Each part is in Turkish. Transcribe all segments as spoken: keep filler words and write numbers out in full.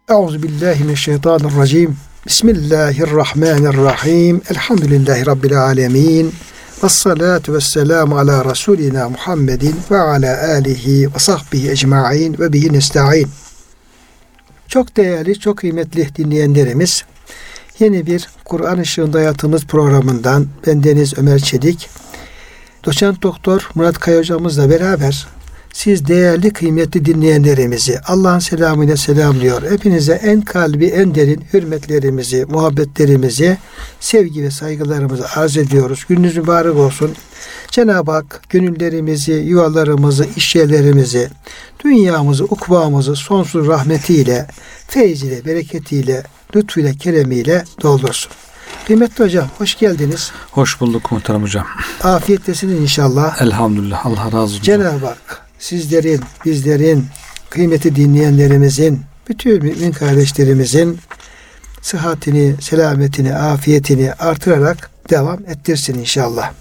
Euzubillahimineşşeytanirracim. Bismillahirrahmanirrahim. Elhamdülillahi Rabbil alemin. Vessalatu vesselamu ala Resulina Muhammedin ve ala alihi ve sahbihi ecma'in ve bihi nesta'in. Çok değerli, çok kıymetli dinleyenlerimiz, yeni bir Kur'an Işığında Hayatımız programından bendeniz Ömer Çelik, Doçent Doktor Murat Kaya hocamızla beraber siz değerli, kıymetli dinleyenlerimizi Allah'ın selamıyla selamlıyor. Hepinize en kalbi, en derin hürmetlerimizi, muhabbetlerimizi, sevgi ve saygılarımızı arz ediyoruz. Gününüz mübarek olsun. Cenab-ı Hak gönüllerimizi, yuvalarımızı, işyerlerimizi, dünyamızı, ukbamızı sonsuz rahmetiyle, feyziyle, bereketiyle, lütfuyla, keremiyle doldursun. Kıymetli hocam, hoş geldiniz. Hoş bulduk muhterem hocam. Afiyettesiniz inşallah. Elhamdülillah. Allah razı olsun. Cenab-ı Hak sizlerin, bizlerin, kıymeti dinleyenlerimizin, bütün mümin kardeşlerimizin sıhhatini, selametini, afiyetini artırarak devam ettirsin inşallah.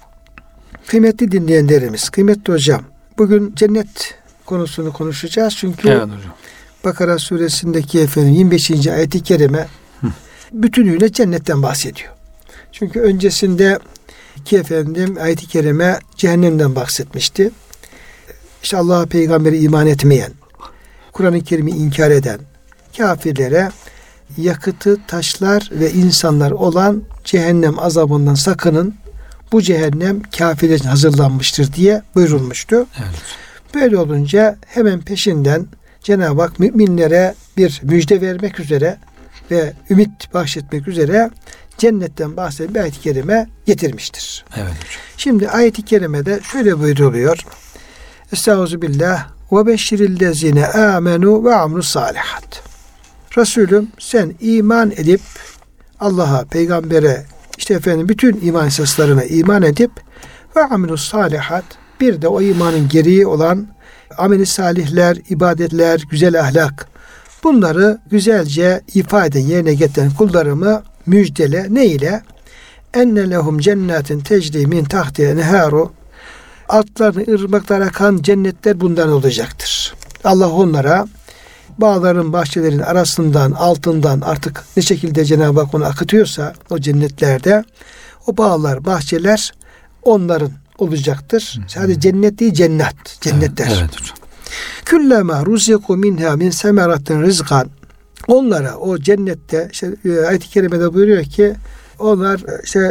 Kıymetli dinleyenlerimiz, kıymetli hocam, bugün cennet konusunu konuşacağız. Çünkü evet hocam. Bakara suresindeki efendim yirmi beşinci ayet-i kerime Hı. bütünüyle cennetten bahsediyor. Çünkü öncesinde ki efendim ayet-i kerime cehennemden bahsetmişti. İşte Allah'a, peygambere iman etmeyen, Kur'an-ı Kerim'i inkar eden kafirlere yakıtı taşlar ve insanlar olan cehennem azabından sakının. Bu cehennem kafirler için hazırlanmıştır diye buyurulmuştu. Evet. Böyle olunca hemen peşinden Cenab-ı Hak müminlere bir müjde vermek üzere ve ümit bahşetmek üzere cennetten bahseden bir ayet-i kerime getirmiştir. Evet. Şimdi ayet-i kerimede şöyle buyuruluyor. Estağfirullah ve beşşirillezine amenu ve amilus salihat. Resulüm, sen iman edip Allah'a, peygambere, işte efendim bütün iman esaslarına iman edip ve amilus salihat, bir de o imanın gereği olan amel-i salihler, ibadetler, güzel ahlak, bunları güzelce ifade yerine getiren kullarımı müjdele. Ne ile? Enne lehum cennetin tecri min tahtiha enharu, altlarını ırmaklar akan cennetler bundan olacaktır. Allah onlara bağların, bahçelerin arasından, altından artık ne şekilde Cenab-ı Hak onu akıtıyorsa o cennetlerde o bağlar, bahçeler onların olacaktır. Hı hı. Sadece cennet değil, cennet. Cennetler. Evet, evet hocam. Küllema ruziku minha min semeratin rizqan. Onlara o cennette işte ayet-i kerimede buyuruyor ki onlar işte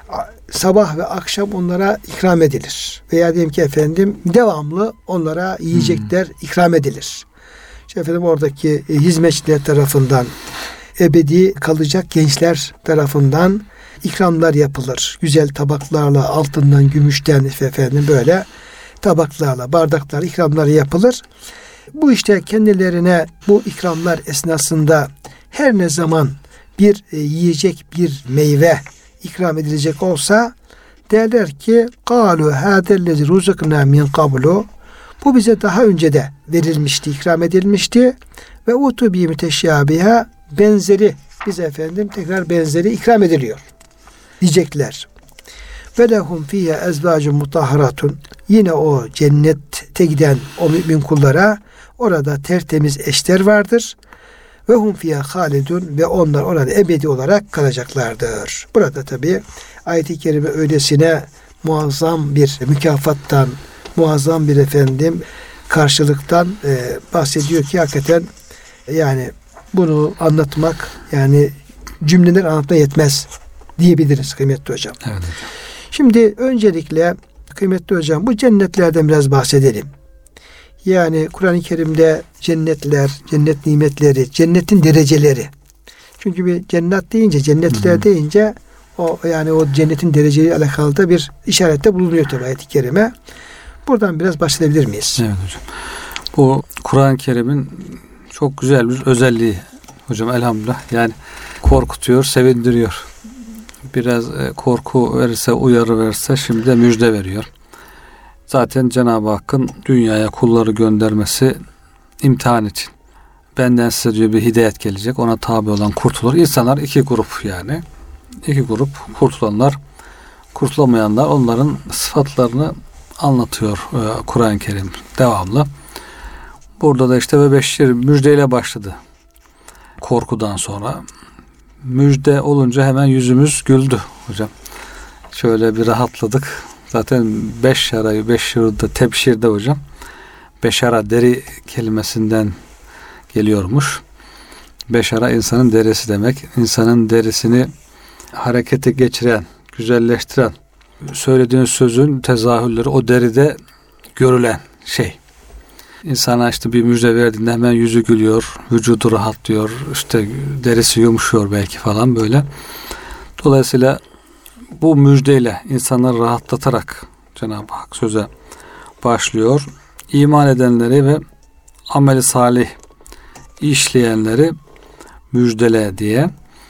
sabah ve akşam onlara ikram edilir. Veya diyelim ki efendim devamlı onlara yiyecekler hmm. ikram edilir. İşte efendim oradaki hizmetçiler tarafından, ebedi kalacak gençler tarafından ikramlar yapılır. Güzel tabaklarla, altından, gümüşten efendim böyle tabaklarla, bardaklarla ikramlar yapılır. Bu işte kendilerine bu ikramlar esnasında her ne zaman bir e, yiyecek, bir meyve ikram edilecek olsa derler ki قَالُوا هَذَا الَّذِي رُزَقْنَا مِنْ قَبْلُ, bu bize daha önce de verilmişti, ikram edilmişti. Ve utu bi müteşabiha, benzeri bize efendim tekrar benzeri ikram ediliyor diyecekler. Ve lehum fiyha ezvacun mutahharatun, yine o cennette giden o mümin kullara orada tertemiz eşler vardır. Ve hum fiyha halidun, ve onlar orada ebedi olarak kalacaklardır. Burada tabi ayet-i kerime öylesine muazzam bir mükafattan, muazzam bir efendim karşılıktan e, bahsediyor ki hakikaten yani bunu anlatmak, yani cümleler anlatmaya yetmez diyebiliriz kıymetli hocam. Evet hocam. Şimdi öncelikle kıymetli hocam bu cennetlerden biraz bahsedelim. Yani Kur'an-ı Kerim'de cennetler, cennet nimetleri, cennetin dereceleri. Çünkü bir cennet deyince, cennetler Hı-hı. deyince o yani o cennetin dereceyle alakalı da bir işarette bulunuyor tabi ayet-i kerime. Buradan biraz bahsedebilir miyiz? Evet hocam. Bu Kur'an-ı Kerim'in çok güzel bir özelliği hocam, elhamdülillah. Yani korkutuyor, sevindiriyor. Biraz korku verirse, uyarı verirse, şimdi de müjde veriyor. Zaten Cenab-ı Hakk'ın dünyaya kulları göndermesi imtihan için. Benden size diyor bir hidayet gelecek, ona tabi olan kurtulur. İnsanlar iki grup yani. İki grup, kurtulanlar, kurtulamayanlar, onların sıfatlarını anlatıyor e, Kur'an-ı Kerim devamlı. Burada da işte ve beşir müjdeyle başladı. korkudan sonra. Müjde olunca hemen yüzümüz güldü hocam. Şöyle bir rahatladık. Zaten beşşarayı beşşirde tebşirde hocam. Beşara deri kelimesinden geliyormuş. Beşara insanın derisi demek. İnsanın derisini harekete geçiren, güzelleştiren, söylediğiniz sözün tezahürleri o deride görülen şey. İnsana işte bir müjde verdiğinde hemen yüzü gülüyor, vücudu rahatlıyor, işte derisi yumuşuyor belki falan böyle. Dolayısıyla bu müjdeyle insanları rahatlatarak Cenab-ı Hak söze başlıyor. İman edenleri ve ameli salih işleyenleri müjdele diye.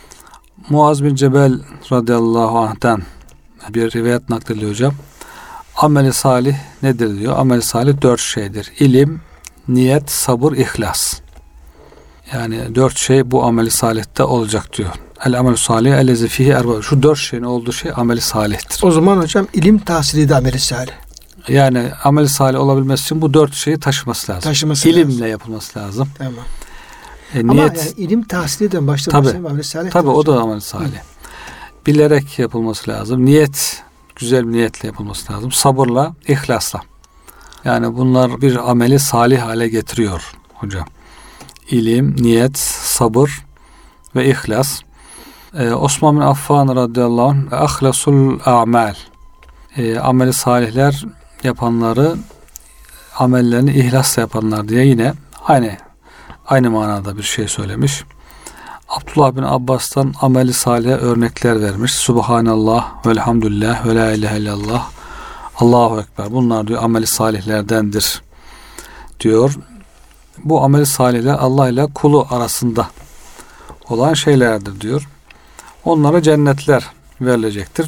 Muaz bin Cebel radıyallahu anh'tan bir rivayet naklediliyor hocam. Ameli salih nedir diyor. Ameli salih dört şeydir. İlim, niyet, sabır, ihlas. Yani dört şey bu ameli salihte olacak diyor. El amel salih ellezi fihi erba. Şu dört şeyin olduğu şey ameli salihtir. O zaman hocam ilim tahsili de ameli salih. Yani ameli salih olabilmesi için bu dört şeyi taşıması lazım. Taşıması İlimle lazım. yapılması lazım. Tamam. E, Ama niyet, yani ilim tahsiliden başlaması ameli salih. Tabii o da ameli salih. Hı. Bilerek yapılması lazım. Niyet, güzel bir niyetle yapılması lazım. Sabırla, ihlasla. Yani bunlar bir ameli salih hale getiriyor hocam. İlim, niyet, sabır ve ihlas. Ee, Osman bin Affan radıyallahu anh ahlasul a'mal. Ee, ameli salihler yapanları, amellerini ihlasla yapanlar diye yine aynı aynı manada bir şey söylemiş. Abdullah bin Abbas'tan ameli salih'e örnekler vermiş. Subhanallah, velhamdülillah, ve la ilahe illallah, Allahu Ekber. Bunlar diyor ameli salihlerdendir diyor. Bu ameli salihler Allah ile kulu arasında olan şeylerdir diyor. Onlara cennetler verilecektir.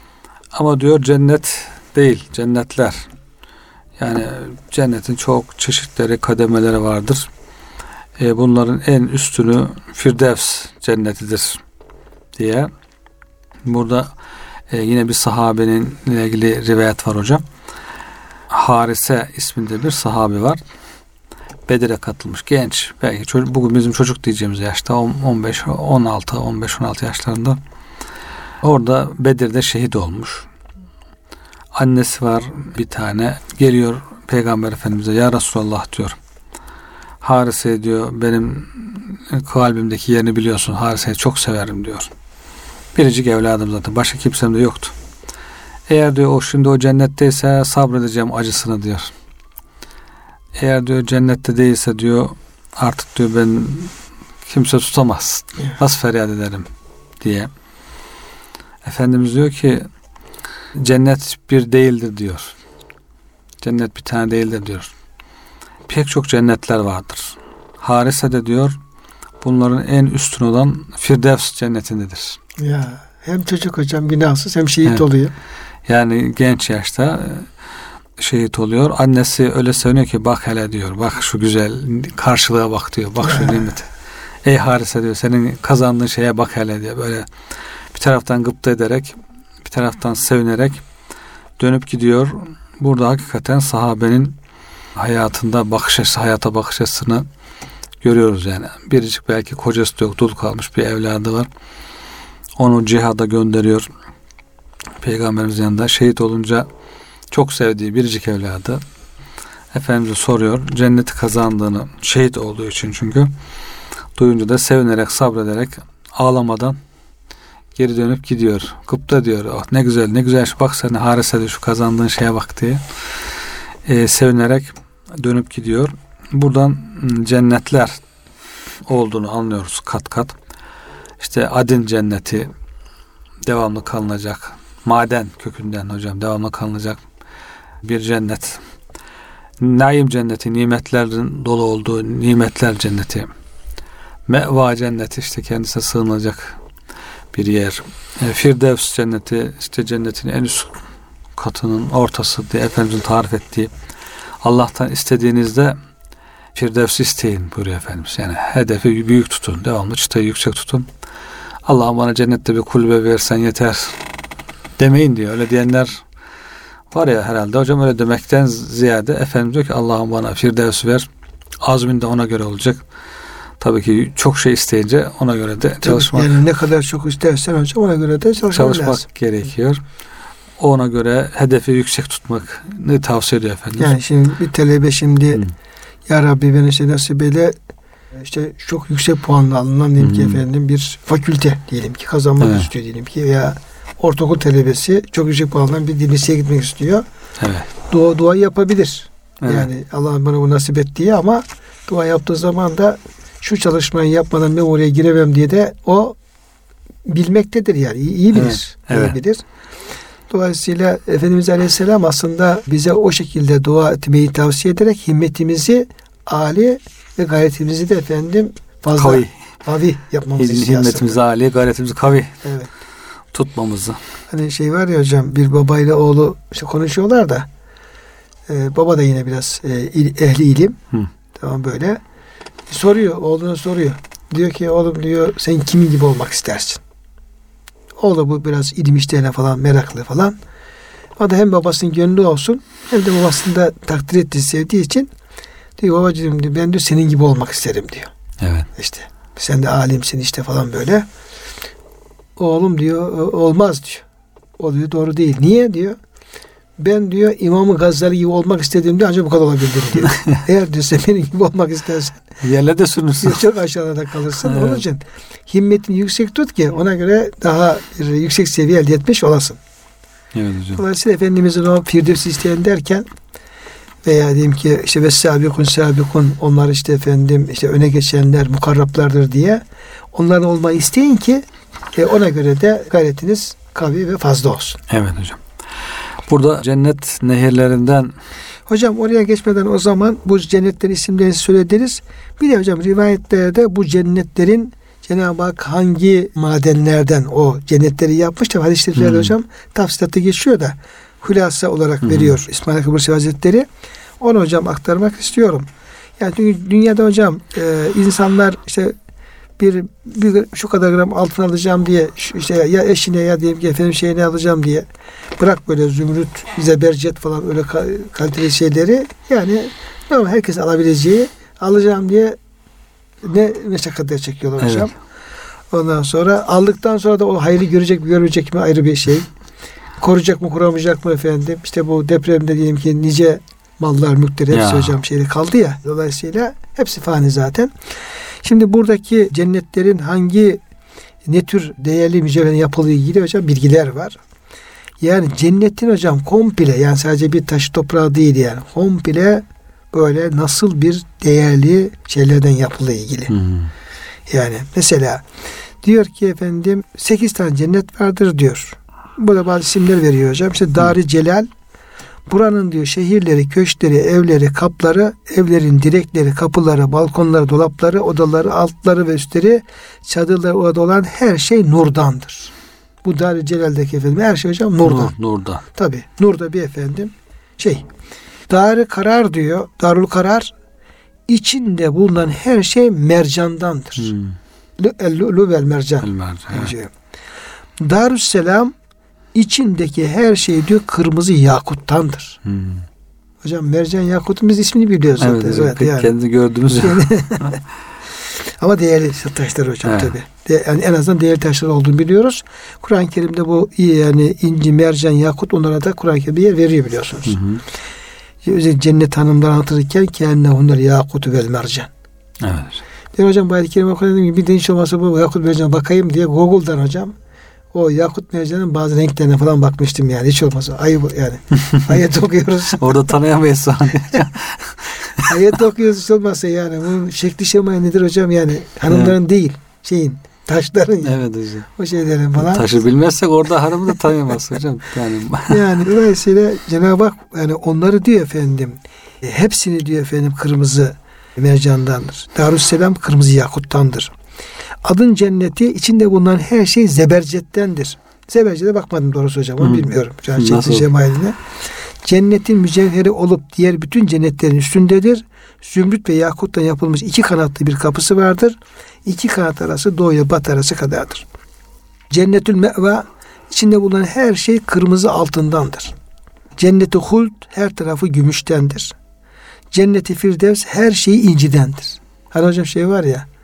Ama diyor cennet değil, cennetler. Yani cennetin çok çeşitleri, kademeleri vardır. E, bunların en üstünü Firdevs cennetidir diye. Burada e, yine bir sahabenin ile ilgili rivayet var hocam. Harise isminde bir sahabi var. Bedir'e katılmış genç. Belki çocuk, bugün bizim çocuk diyeceğimiz yaşta on beş, on altı, on beş, on altı yaşlarında. Orada Bedir'de şehit olmuş. Annesi var bir tane. Geliyor Peygamber Efendimiz'e, ya Resulallah diyor. Harise diyor, benim kalbimdeki yerini biliyorsun. Harise'yi çok severim diyor. Biricik evladım zaten. Başka kimsem de yoktu. Eğer diyor o şimdi o cennetteyse sabredeceğim acısını diyor. Eğer diyor cennette değilse diyor artık diyor ben kimse tutamaz. Nasıl feryat ederim diye. Efendimiz diyor ki cennet bir değildir diyor. Cennet bir tane değildir diyor. Pek çok cennetler vardır. Harise de diyor bunların en üstün olan Firdevs cennetindedir. Ya hem çocuk hocam günahsız hem şehit evet. oluyor. Yani genç yaşta şehit oluyor. Annesi öyle söylüyor ki bak hele diyor. Bak şu güzel karşılığa bak diyor. Bak şu nimete. Ey Harise diyor senin kazandığın şeye bak hele diyor. Böyle bir taraftan gıpta ederek bir taraftan sevinerek dönüp gidiyor. Burada hakikaten sahabenin hayatında bakış açısı, hayata bakış açısını görüyoruz yani. Biricik belki kocası da yok, dul kalmış bir evladı var. Onu cihada gönderiyor. Peygamberimizin yanında şehit olunca çok sevdiği biricik evladı Efendimiz'e soruyor. Cenneti kazandığını, şehit olduğu için çünkü duyunca da sevinerek, sabrederek ağlamadan geri dönüp gidiyor. Gıpta diyor. Oh, ne güzel, ne güzel. Bak sen Harise'de şu kazandığın şeye bak diye. Ee, sevinerek dönüp gidiyor. Buradan cennetler olduğunu anlıyoruz kat kat. İşte Adin cenneti devamlı kalınacak. Maden kökünden hocam devamlı kalınacak bir cennet. Naim cenneti, nimetlerin dolu olduğu nimetler cenneti. Meva cenneti işte kendisine sığınacak bir yer. Firdevs cenneti işte cennetin en üst katının ortası diye Efendimizin tarif ettiği. Allah'tan istediğinizde Firdevs isteyin buyuruyor Efendimiz. Yani hedefi büyük tutun. Devamlı çıtayı yüksek tutun. Allah'ım bana cennette bir kulübe versen yeter demeyin diyor. Öyle diyenler var ya herhalde. Hocam öyle demekten ziyade Efendimiz diyor ki Allah'ım bana Firdevs ver. Azmin de ona göre olacak. tabii ki çok şey isteyince ona göre de çalışmak. Yani ne kadar çok istersen hocam ona göre de çalışmak, çalışmak lazım. gerekiyor. Ona göre hedefi yüksek tutmak ne tavsiye ediyor efendim? Yani şimdi bir talebe şimdi hmm. ya Rabbi beni işte nasip eyle, işte çok yüksek puanla alınan diyelim hmm. ki efendim bir fakülte diyelim ki kazanmak evet. istiyor diyelim ki, veya ortaokul talebesi çok yüksek puanla bir liseye gitmek istiyor. Evet. Dua, dua yapabilir. Evet. Yani Allah bana bu nasip et diye, ama dua yaptığı zaman da şu çalışmayı yapmadan ben oraya giremem diye de o bilmektedir yani. İyi, iyi bilir. Evet. Evet. İyi bilir. Dolayısıyla Efendimiz Aleyhisselam aslında bize o şekilde dua etmeyi tavsiye ederek himmetimizi âli ve gayretimizi de efendim fazla kavi, kavi yapmamızı istiyor. Himmetimizi âli, gayretimizi kavi evet. tutmamızı. Hani şey var ya hocam, bir babayla oğlu işte konuşuyorlar da e, baba da yine biraz e, il, ehli ilim. Hı. Tamam böyle. Soruyor, oğluna soruyor. Diyor ki oğlum diyor sen kimin gibi olmak istersin? Oğlu bu biraz ilim işlerine falan meraklı falan. O da hem babasının gönlü olsun hem de babasını da takdir ettiği, sevdiği için diyor babacığım diyor, ben diyor senin gibi olmak isterim diyor. Evet. İşte sen de alimsin işte falan böyle. Oğlum diyor olmaz diyor. O diyor doğru değil. Niye diyor? Ben diyor İmam-ı Gazali gibi olmak istediğimde ancak bu kadar olabildim diyor. Eğer diyor sen benim gibi olmak istersen yerlerde sürünsün. Çok aşağıda kalırsın. Evet. Onun için himmetini yüksek tut ki ona göre daha yüksek seviye elde etmiş olasın. Evet hocam. Dolayısıyla Efendimizin o Firdevs'i isteyen derken veya diyeyim ki işte vessâbikun sâbikun, onlar işte efendim işte öne geçenler mukarraplardır diye onların olmayı isteyin ki e, ona göre de gayretiniz kavi ve fazla olsun. Evet hocam. Burada cennet nehirlerinden hocam oraya geçmeden o zaman bu cennetlerin isimlerini söylediniz. Bir de hocam rivayetlerde bu cennetlerin Cenab-ı Hak hangi madenlerden o cennetleri yapmış da hadis-i şeriflerde hmm. hocam tafsilatı geçiyor da hülasa olarak hmm. veriyor İsmail Kıbrıs Hazretleri. Onu hocam aktarmak istiyorum. Yani çünkü dünyada hocam e, insanlar işte bir, bir şu kadar gram altın alacağım diye işte ya eşine ya diyelim ki efendim şeyini alacağım diye bırak böyle zümrüt, zebercet falan öyle kaliteli şeyleri, yani normal herkes alabileceği alacağım diye ne meşakkatler çekiyorlar hocam. Evet. Ondan sonra aldıktan sonra da o hayrı görecek mi görmeyecek mi ayrı bir şey. Koruyacak mı korumayacak mı efendim. İşte bu depremde diyelim ki nice mallar, mülkler hepsi ya. hocam şeyde kaldı ya. Dolayısıyla hepsi fani zaten. Şimdi buradaki cennetlerin hangi ne tür değerli mücevherin yapıldığı ilgili hocam bilgiler var. Yani cennetin hocam komple, yani sadece bir taş toprağı değil, yani komple böyle nasıl bir değerli şeylerden yapıldığı ilgili. Hmm. Yani mesela diyor ki efendim sekiz tane cennet vardır diyor. Burada bazı isimler veriyor hocam. İşte Dar-ı Celal, buranın diyor şehirleri, köşkleri, evleri, kapları, evlerin direkleri, kapıları, balkonları, dolapları, odaları, altları ve üstleri, çadırları, orada olan her şey nurdandır. Bu Dar-ı Celal'deki efendim her şey hocam nurdan. Nur, nurdan. Tabii. Nurda bir efendim şey. Dar-ı Karar diyor. Darul Karar, içinde bulunan her şey mercandandır. Hmm. El-lu'lu vel mercan. Evet. Darüsselam, içindeki her şey diyor kırmızı yakuttandır. Hmm. Hocam mercan yakutun biz ismini biliyoruz zaten. Evet, evet, yani. Kendi gördüğümüz. Ama değerli taşlar hocam evet. tabii. De, yani en azından değerli taşlar olduğunu biliyoruz. Kur'an-ı Kerim'de bu yani inci, mercan, yakut, onlara da Kur'an-ı Kerim'de yer veriyor biliyorsunuz. Hı hı. Özellikle cennet hanımları anlatırken kennehunel yakutu vel mercan. Evet. Ben hocam bu ayet-i kerime okudum, bir deniş olmasa bu yakut mercana bakayım diye Google'dan hocam o yakut mercanın bazı renklerine falan bakmıştım, yani hiç olmazsa ayıp yani. Ayet okuyoruz. Orada tanıyamayız sonra. Ayet okuyoruz hiç olmazsa yani. Bunun şekli şemayı nedir hocam, yani hanımların evet. değil şeyin taşların yani. Evet hocam. O şeylerin falan. Taşı bilmezsek orada hanımı da tanıyamaz hocam. Yani, yani dolayısıyla Cenab-ı Hak yani onları diyor efendim hepsini diyor efendim kırmızı mercandandır. Darüsselam kırmızı yakuttandır. Adın cenneti, içinde bulunan her şey zebercettendir. Zebercete bakmadım doğrusu hocam. Onu bilmiyorum. Cennetin cemaline. Cennetin mücevheri olup diğer bütün cennetlerin üstündedir. Zümrüt ve yakuttan yapılmış iki kanatlı bir kapısı vardır. İki kanat arası doğuya batı arası kadardır. Cennetül Me'va, içinde bulunan her şey kırmızı altındandır. Cenneti Huld, her tarafı gümüştendir. Cenneti Firdevs, her şeyi incidendir. Hani hocam şey var ya,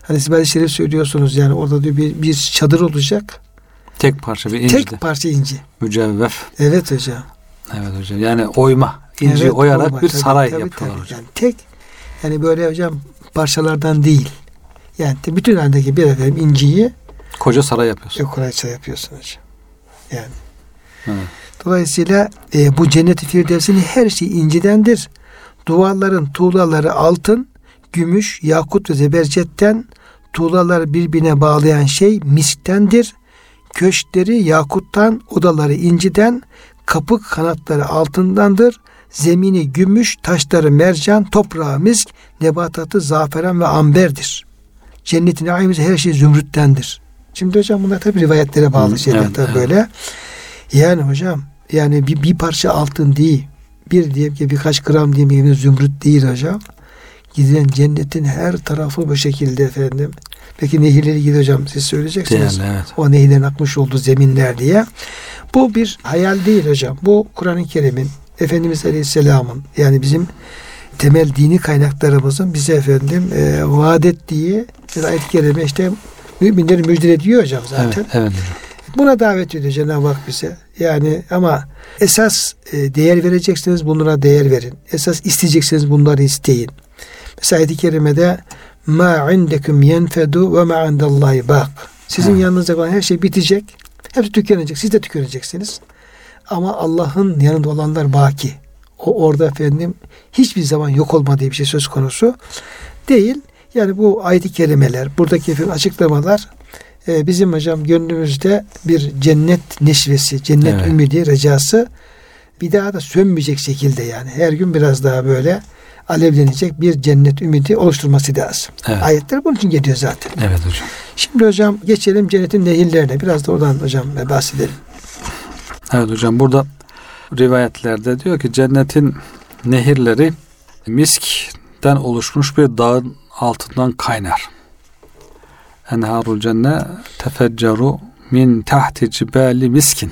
Hani siz hadis-i şerif söylüyorsunuz yani orada diyor bir, bir çadır olacak. Tek parça bir inci. Tek parça inci. Mücevvef. Evet hocam. Evet hocam. Yani oyma. İnci evet, oyarak oyma. bir tabii, saray tabii, yaptılar tabii. hocam. Yani tek yani böyle hocam parçalardan değil. Yani bütün halindeki bir efendim inciyi koca saray yapıyorsun. Kolayca yapıyorsun hocam. Yani. Evet. Dolayısıyla e, bu cennet-i firdevsinin her şeyi incidendir. Duvarların tuğlaları altın, gümüş, yakut ve zebercetten, tuğlaları birbirine bağlayan şey misktendir. Köşkleri yakuttan, odaları inciden, kapı kanatları altındandır. Zemini gümüş, taşları mercan, toprağı misk, nebatatı zaferan ve amberdir. Cennetin aimisi her şey zümrüttendir. Şimdi hocam bunlar tabi rivayetlere bağlı Hı, şeyler evet, tabi evet. böyle. Yani hocam yani bir, bir parça altın değil. Bir diyelim ki birkaç gram diyelim ki zümrüt değil hocam. Gidilen cennetin her tarafı bu şekilde efendim. Peki nehirleri gidiyor hocam siz söyleyeceksiniz. Değil, evet. O nehirlerin akmış olduğu zeminler diye. Bu bir hayal değil hocam. Bu Kur'an-ı Kerim'in Efendimiz Aleyhisselam'ın yani bizim temel dini kaynaklarımızın bize efendim e, vaat ettiği bir ayet-i kerime işte müminleri müjdele ediyor hocam zaten. Evet, evet. Buna davet ediyor Cenab-ı Hak bize. Yani ama esas e, değer vereceksiniz bunlara değer verin. Esas isteyeceksiniz bunları isteyin. Mesela ayet-i kerimede ma indekum yenfedu ve ma indallahi bak. Sizin ha. yanınızda olan her şey bitecek. Hepsi tükenecek. Siz de tükeneceksiniz. Ama Allah'ın yanında olanlar baki. O orada efendim hiçbir zaman yok olmadığı bir şey söz konusu değil. Yani bu ayet-i kerimeler, buradaki efendim açıklamalar e, bizim hocam gönlümüzde bir cennet neşvesi, cennet evet. ümidi, recası bir daha da sönmeyecek şekilde yani her gün biraz daha böyle alevlenecek bir cennet ümidi oluşturması lazım. Evet. Ayetler bunun için geliyor zaten. Evet hocam. Şimdi hocam geçelim cennetin nehirlerine. Biraz da oradan hocam bahsedelim. Evet hocam burada rivayetlerde diyor ki cennetin nehirleri miskten oluşmuş bir dağın altından kaynar. Enharul cennet tefeccaru min tahti cibali miskin.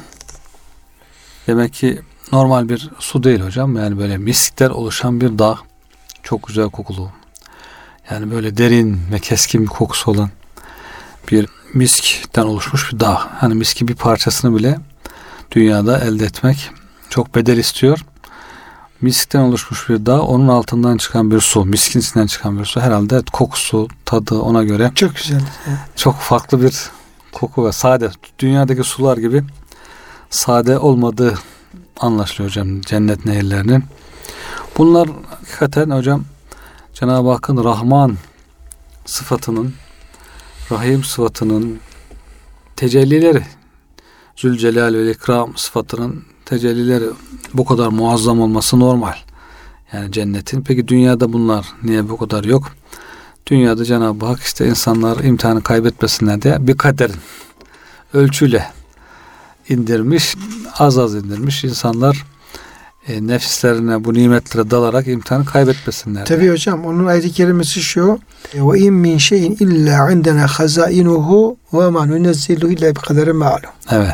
Demek ki normal bir su değil hocam. Yani böyle miskten oluşan bir dağ. Çok güzel kokulu. Yani böyle derin ve keskin bir kokusu olan bir miskten oluşmuş bir dağ. Hani miskin bir parçasını bile dünyada elde etmek çok bedel istiyor. Miskten oluşmuş bir dağ, onun altından çıkan bir su, miskin içinden çıkan bir su. Herhalde kokusu, tadı ona göre çok güzel. Çok farklı bir koku ve sade. Dünyadaki sular gibi sade olmadığı anlaşılıyor hocam cennet nehirlerinin. Bunlar hakikaten hocam Cenab-ı Hakk'ın Rahman sıfatının, Rahim sıfatının tecellileri, Zülcelal ve İkram sıfatının tecellileri bu kadar muazzam olması normal. Yani cennetin. Peki dünyada bunlar niye bu kadar yok? Dünyada Cenab-ı Hak işte insanlar imtihanı kaybetmesinler diye bir kaderin ölçüyle indirmiş, az az indirmiş. İnsanlar e, nefislerine bu nimetlere dalarak imtihanı kaybetmesinler. Tabii hocam onun ayet-i kerimesi şu: "Ve in min şeyin illa indena hazainuhu ve ma nunzilu illa bi kaderin ma'lum." Evet.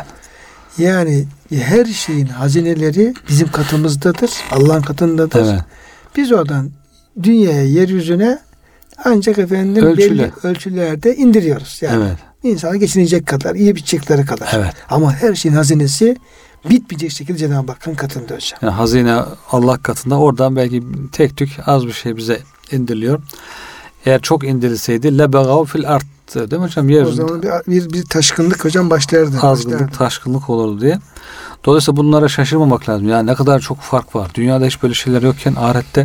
Yani her şeyin hazineleri bizim katımızdadır. Allah'ın katındadır. Evet. Biz oradan dünyaya, yeryüzüne ancak efendim Ölçüle. belli ölçülerde indiriyoruz. Yani evet. insana geçinecek kadar, iyi bitecekleri kadar. Evet. Ama her şeyin hazinesi bitmeyecek şekilde Cenab-ı Hakk'ın katında hocam. Yani hazine Allah katında, oradan belki tek tük az bir şey bize indiriliyor. Eğer çok indirilseydi lebegav fil art, değil mi hocam? Yeryüzünde. O zaman bir, bir, bir taşkınlık hocam başlardı. Azgınlık, başlardı. taşkınlık olurdu diye. Dolayısıyla bunlara şaşırmamak lazım. Yani ne kadar çok fark var. Dünyada hiç böyle şeyler yokken ahirette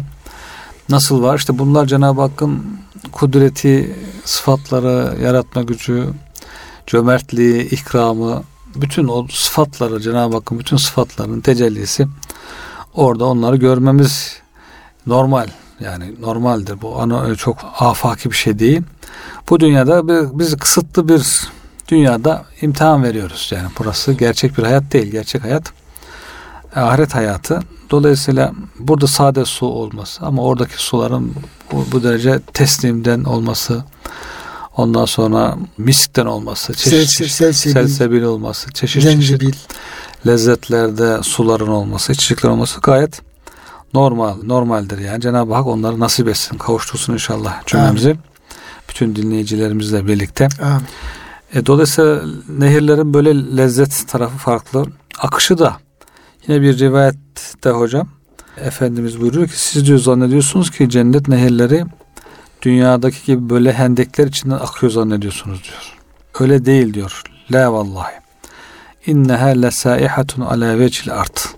nasıl var? İşte bunlar Cenab-ı Hakk'ın kudreti, sıfatları, yaratma gücü, cömertliği, ikramı, bütün o sıfatları, Cenab-ı Hakk'ın bütün sıfatlarının tecellisi orada, onları görmemiz normal. Yani normaldir. Bu ana çok afaki bir şey değil. Bu dünyada bir, biz kısıtlı bir dünyada imtihan veriyoruz. Yani burası gerçek bir hayat değil. Gerçek hayat ahiret hayatı. Dolayısıyla burada sade su olması ama oradaki suların bu, bu derece teslimden olması, ondan sonra miskten olması, çeşitli selsebil, selsebil olması, çeşitli zencefil, lezzetlerde suların olması, içecekler olması gayet normal, normaldir yani. Cenab-ı Hak onları nasip etsin, kavuştursun inşallah cümlemizi. bütün dinleyicilerimizle birlikte. Amin. E, dolayısıyla nehirlerin böyle lezzet tarafı farklı. Akışı da yine bir rivayette hocam Efendimiz buyuruyor ki siz diyor zannediyorsunuz ki cennet nehirleri dünyadaki gibi böyle hendekler içinden akıyor zannediyorsunuz diyor. Öyle değil diyor. La vallahi. İnneha lesaihatun ala vecil art.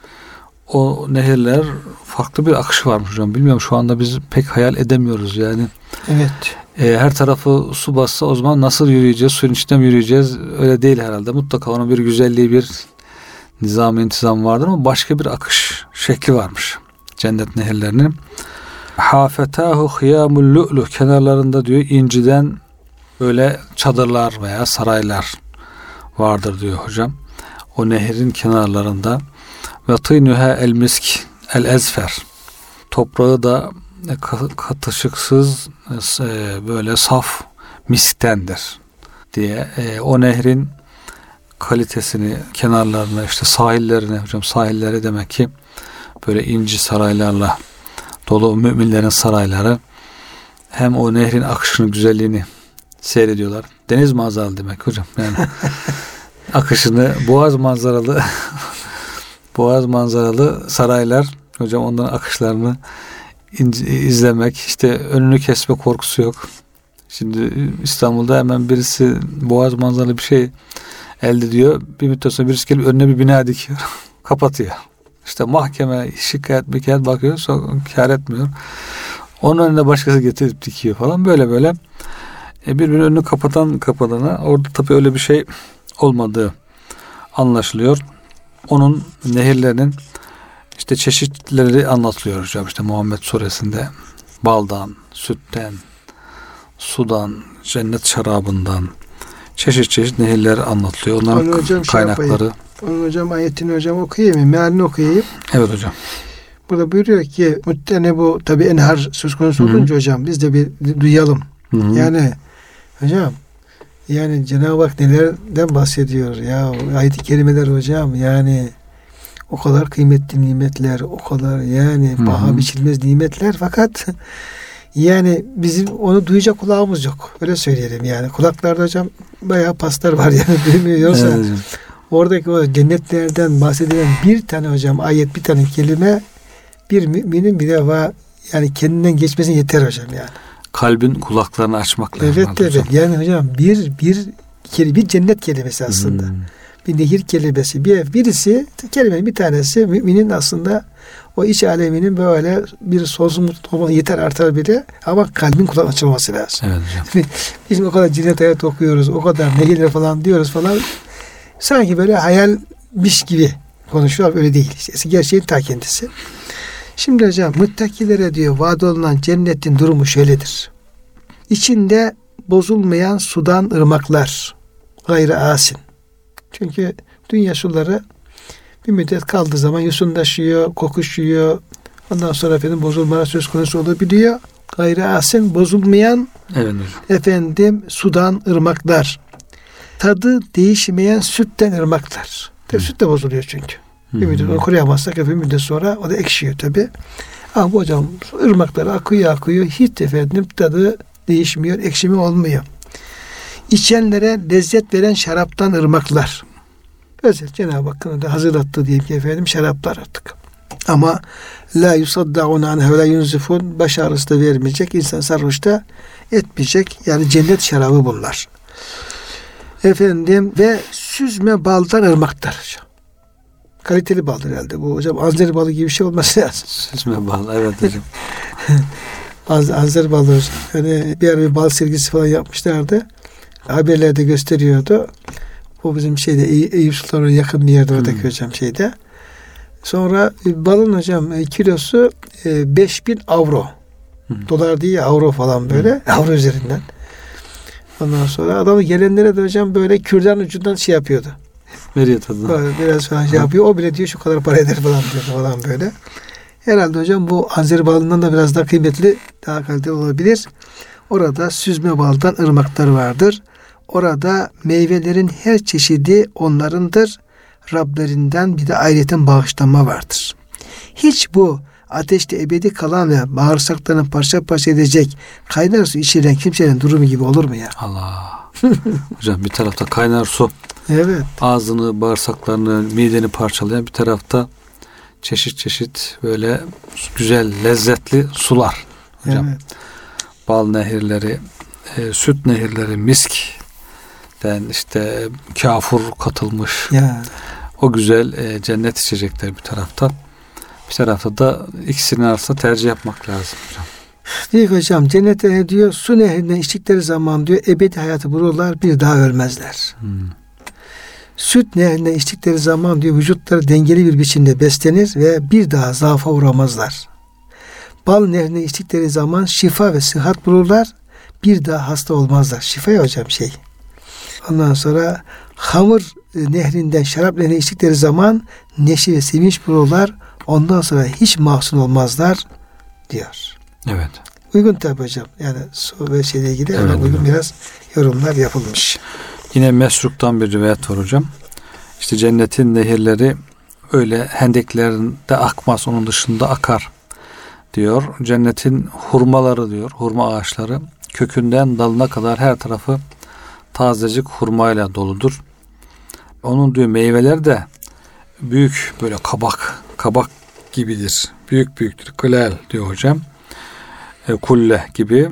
O nehirler farklı bir akışı varmış hocam. Bilmiyorum şu anda biz pek hayal edemiyoruz yani. Evet. E, her tarafı su bassa o zaman nasıl yürüyeceğiz? Suyun içinden mi yürüyeceğiz? Öyle değil herhalde. Mutlaka onun bir güzelliği, bir nizam, intizam vardır ama başka bir akış şekli varmış cennet nehirlerinin. Hafetahu hıyamul lu'lu, kenarlarında diyor inciden böyle çadırlar veya saraylar vardır diyor hocam. O nehrin kenarlarında ve tînüha el misk el ezfer, toprağı da katışıksız böyle saf misktendir diye o nehrin kalitesini, kenarlarına, işte sahillerine hocam, sahilleri demek ki böyle inci saraylarla dolu müminlerin sarayları, hem o nehrin akışının güzelliğini seyrediyorlar. Deniz manzaralı demek hocam. Yani akışını, boğaz manzaralı boğaz manzaralı saraylar hocam, onların akışlarını izlemek, işte önünü kesme korkusu yok. Şimdi İstanbul'da hemen birisi boğaz manzaralı bir şey elde ediyor. Bir müddet sonra birisi gelip önüne bir bina dikiyor. Kapatıyor. İşte mahkeme, şikayet, mikayet bakıyor. Sonra kâr etmiyor. Onun önüne başkası getirip dikiyor falan. Böyle böyle e, birbirinin önünü kapatan kapatana, orada tabii öyle bir şey olmadığı anlaşılıyor. Onun nehirlerinin işte çeşitleri anlatılıyor hocam. İşte Muhammed Suresinde baldan, sütten, sudan, cennet şarabından çeşit çeşit nehirler anlatılıyor. Onların Onu hocam kaynakları. Şey Onun hocam ayetini hocam okuyayım mı? Mealini okuyayım. Evet hocam. Burada buyuruyor ki muttene, bu tabi enhar söz konusu olunca Hı-hı. hocam biz de bir duyalım. Hı-hı. Yani hocam, yani Cenab-ı Hak nelerden bahsediyor ya, ayet-i kerimeler hocam, yani o kadar kıymetli nimetler, o kadar yani Hı-hı. paha biçilmez nimetler, fakat yani bizim onu duyacak kulağımız yok. Öyle söyleyelim yani. Kulaklarda hocam bayağı paslar var yani, duymuyorsa. Evet, oradaki o cennetlerden bahsedilen bir tane hocam ayet, bir tane kelime bir müminin bir defa yani kendinden geçmesine yeter hocam yani. Kalbin kulaklarını açmak lazım. Evet evet. Hocam. Yani hocam bir bir bir cennet kelimesi aslında. Hmm. Bir nehir kelimesi. Bir birisi kelimenin bir tanesi müminin aslında o iç aleminin böyle bir sonsuz olması yeter, artar bile, ama kalbin kulak açılması lazım. Evet hocam. Biz o kadar cennet hayat okuyoruz, o kadar nehirler falan diyoruz falan. Sanki böyle hayalmiş gibi konuşuyor. Öyle değil. İşte gerçeğin ta kendisi. Şimdi hocam müttakilere diyor vaat olunan cennetin durumu şöyledir. İçinde bozulmayan sudan ırmaklar, gayrı asin. Çünkü dünya suları bir müddet kaldığı zaman yosunlaşıyor, kokuşuyor. Ondan sonra efendim bozulmalar söz konusu olabiliyor. Gayrı asin, bozulmayan evet, efendim sudan ırmaklar. Tadı değişmeyen sütten ırmaklar. Tabii süt de bozuluyor çünkü. Hı-hı. Bir müddet onu koruyamazsak bir müddet sonra o da ekşiyor tabii. Ama bu hocam ırmaklar akıyor akıyor. Hiç efendim tadı değişmiyor, ekşimi olmuyor. İçenlere lezzet veren şaraptan ırmaklar. Özel Cenab-ı Hakk'ın da hazırlattığı diyeyim ki efendim şaraplar artık. Ama la yusaddaun anha ve la yunzifun, baş ağrısı da vermeyecek, insan sarhoş da etmeyecek. Yani cennet şarabı bunlar. Efendim ve süzme baldan ırmaklar hocam. Kaliteli baldır herhalde bu hocam. Anzer balı gibi bir şey olması lazım. Süzme bal, evet hocam. Az, Anzer balı hocam. Yani bir ara bir bal sergisi falan yapmışlardı. Haberlerde gösteriyordu. Bu bizim şeyde Eyüp Sultan'a yakın bir yerde oradaki hmm. hocam şeyde. Sonra balın hocam kilosu beş bin avro. Hmm. Dolar değil, avro falan böyle. Hmm. Avro üzerinden. Ondan sonra adamı gelenlere de hocam böyle kürdan ucundan şey yapıyordu. Veriyor tadına. Biraz falan şey yapıyor. O bile diyor şu kadar para eder falan diyor falan böyle. Herhalde hocam bu Anzer balından da biraz daha kıymetli, daha kaliteli olabilir. Orada süzme baldan ırmaklar vardır. Orada meyvelerin her çeşidi onlarındır. Rablerinden bir de ayrıca bağışlanma vardır. Hiç bu ateşte ebedi kalan ve bağırsaklarını parça parça edecek kaynar su içiren kimsenin durumu gibi olur mu ya? Allah. Hocam bir tarafta kaynar su. Evet. Ağzını, bağırsaklarını, mideni parçalayan, bir tarafta çeşit çeşit böyle güzel, lezzetli sular. Hocam. Evet. Bal nehirleri, e, süt nehirleri, miskten işte kafur katılmış. Ya. O güzel e, cennet içecekler bir tarafta. Bir tarafta da ikisini arasında tercih yapmak lazım hocam. Diyor ki hocam cennette diyor su nehrinden içtikleri zaman diyor ebedi hayatı bulurlar, bir daha ölmezler. Hmm. Süt nehrinden içtikleri zaman diyor vücutları dengeli bir biçimde beslenir ve bir daha zaafa uğramazlar. Bal nehrinden içtikleri zaman şifa ve sıhhat bulurlar, bir daha hasta olmazlar. Şifa ya hocam şey. Ondan sonra hamur nehrinden şarap nehrinden içtikleri zaman neşe ve sevinç bulurlar, ondan sonra hiç mahzun olmazlar diyor. Evet. Uygun tabi hocam. Yani su ve şeyle ilgili evet, uygun evet. biraz yorumlar yapılmış. Yine Mesruk'tan bir rivayet var hocam. İşte cennetin nehirleri öyle hendeklerinde akmaz, onun dışında akar diyor. Cennetin hurmaları diyor, hurma ağaçları kökünden dalına kadar her tarafı tazecik hurmayla doludur. Onun diyor meyveler de büyük, böyle kabak, kabak gibidir. Büyük büyüktür. Kılel diyor hocam. E, kulle gibi.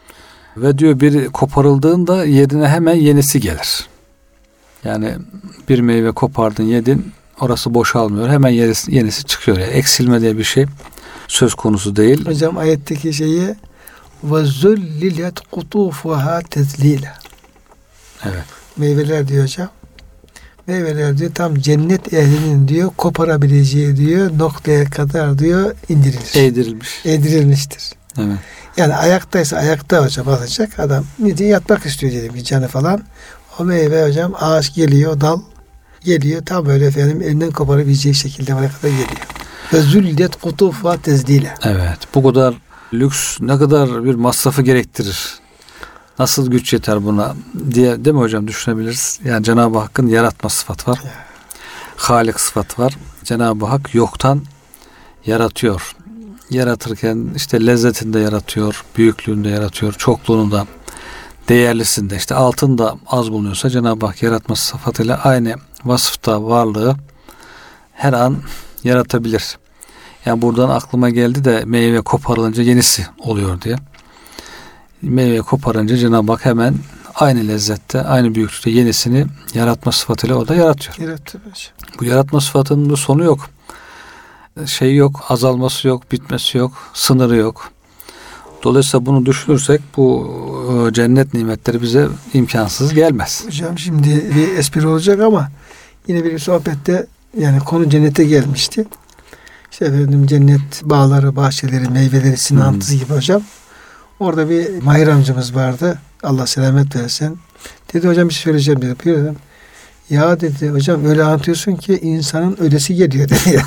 Ve diyor bir koparıldığında yerine hemen yenisi gelir. Yani bir meyve kopardın, yedin, orası boşalmıyor. Hemen yenisi, yenisi çıkıyor. Yani eksilme diye bir şey söz konusu değil. Hocam ayetteki şeyi وَزُلِّلَتْ قُطُوفُهَا تَذْلِيلًا. Evet. Meyveler diyor hocam. Meyveler diyor tam cennet ehlinin diyor koparabileceği diyor noktaya kadar diyor indirilir. Eğdirilmiş. Eğdirilmiştir. Evet. Yani ayaktaysa ayakta hocam alacak adam. Ne diye yatmak istiyor diyelim ki canı falan. O meyve hocam ağaç geliyor, dal geliyor. Tam böyle efendim elinden koparabileceği şekilde buraya kadar geliyor. Ve züldet kutufa tezdile. Evet. Bu kadar lüks ne kadar bir masrafı gerektirir. Nasıl güç yeter buna diye değil mi hocam düşünebiliriz. Yani Cenab-ı Hakk'ın yaratma sıfatı var. Halik sıfatı var. Cenab-ı Hak yoktan yaratıyor. Yaratırken işte lezzetinde yaratıyor, büyüklüğünde yaratıyor, çokluğunda, değerlisinde. İşte altın da az bulunuyorsa Cenab-ı Hak yaratma sıfatıyla aynı vasıfta varlığı her an yaratabilir. Yani buradan aklıma geldi de meyve koparılınca yenisi oluyor diye. Meyve koparınca Cenab-ı Hak hemen aynı lezzette, aynı büyüklükte yenisini yaratma sıfatıyla o da yaratıyor. Yarattı. Bu yaratma sıfatının da sonu yok. Şey yok, azalması yok, bitmesi yok, sınırı yok. Dolayısıyla bunu düşünürsek bu cennet nimetleri bize imkansız gelmez. Hocam şimdi bir espri olacak ama yine bir sohbette yani konu cennete gelmişti. İşte efendim cennet bağları, bahçeleri, meyveleri, sinantısı hmm. gibi hocam. Orada bir Mahir amcamız vardı. Allah selamet versin. Dedi hocam bir şey söyleyeceğim dedi. Buyurun. Ya dedi hocam öyle anlatıyorsun ki insanın ölesi geliyor dedi.